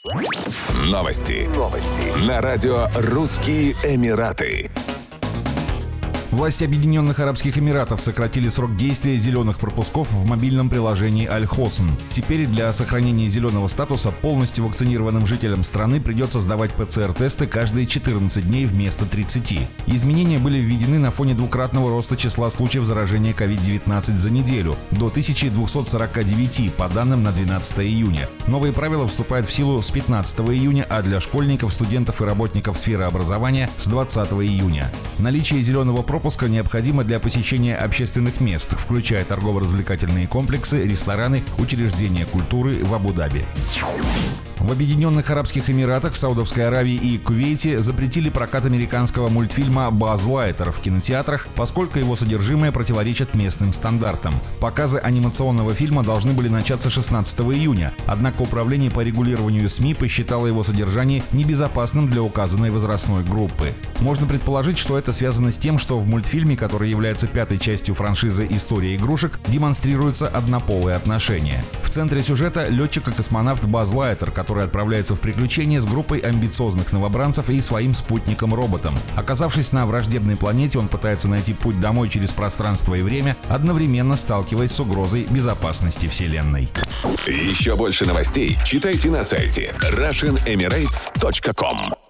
Новости. На радио «Русские Эмираты». Власти Объединенных Арабских Эмиратов сократили срок действия зеленых пропусков в мобильном приложении Аль-Хосн. Теперь для сохранения зеленого статуса полностью вакцинированным жителям страны придется сдавать ПЦР-тесты каждые 14 дней вместо 30. Изменения были введены на фоне двукратного роста числа случаев заражения COVID-19 за неделю до 1249 по данным на 12 июня. Новые правила вступают в силу с 15 июня, а для школьников, студентов и работников сферы образования с 20 июня. Наличие зеленого пропуска необходимо для посещения общественных мест, включая торгово-развлекательные комплексы, рестораны, учреждения культуры в Абу-Даби. В Объединенных Арабских Эмиратах, Саудовской Аравии и Кувейте запретили прокат американского мультфильма «Базз Лайтер» в кинотеатрах, поскольку его содержимое противоречит местным стандартам. Показы анимационного фильма должны были начаться 16 июня, однако Управление по регулированию СМИ посчитало его содержание небезопасным для указанной возрастной группы. Можно предположить, что это связано с тем, что в мультфильме, который является пятой частью франшизы «История игрушек», демонстрируются однополые отношения. В центре сюжета летчик и космонавт Базз Лайтер, который отправляется в приключения с группой амбициозных новобранцев и своим спутником-роботом. Оказавшись на враждебной планете, он пытается найти путь домой через пространство и время, одновременно сталкиваясь с угрозой безопасности Вселенной. Еще больше новостей читайте на сайте RussianEmirates.com.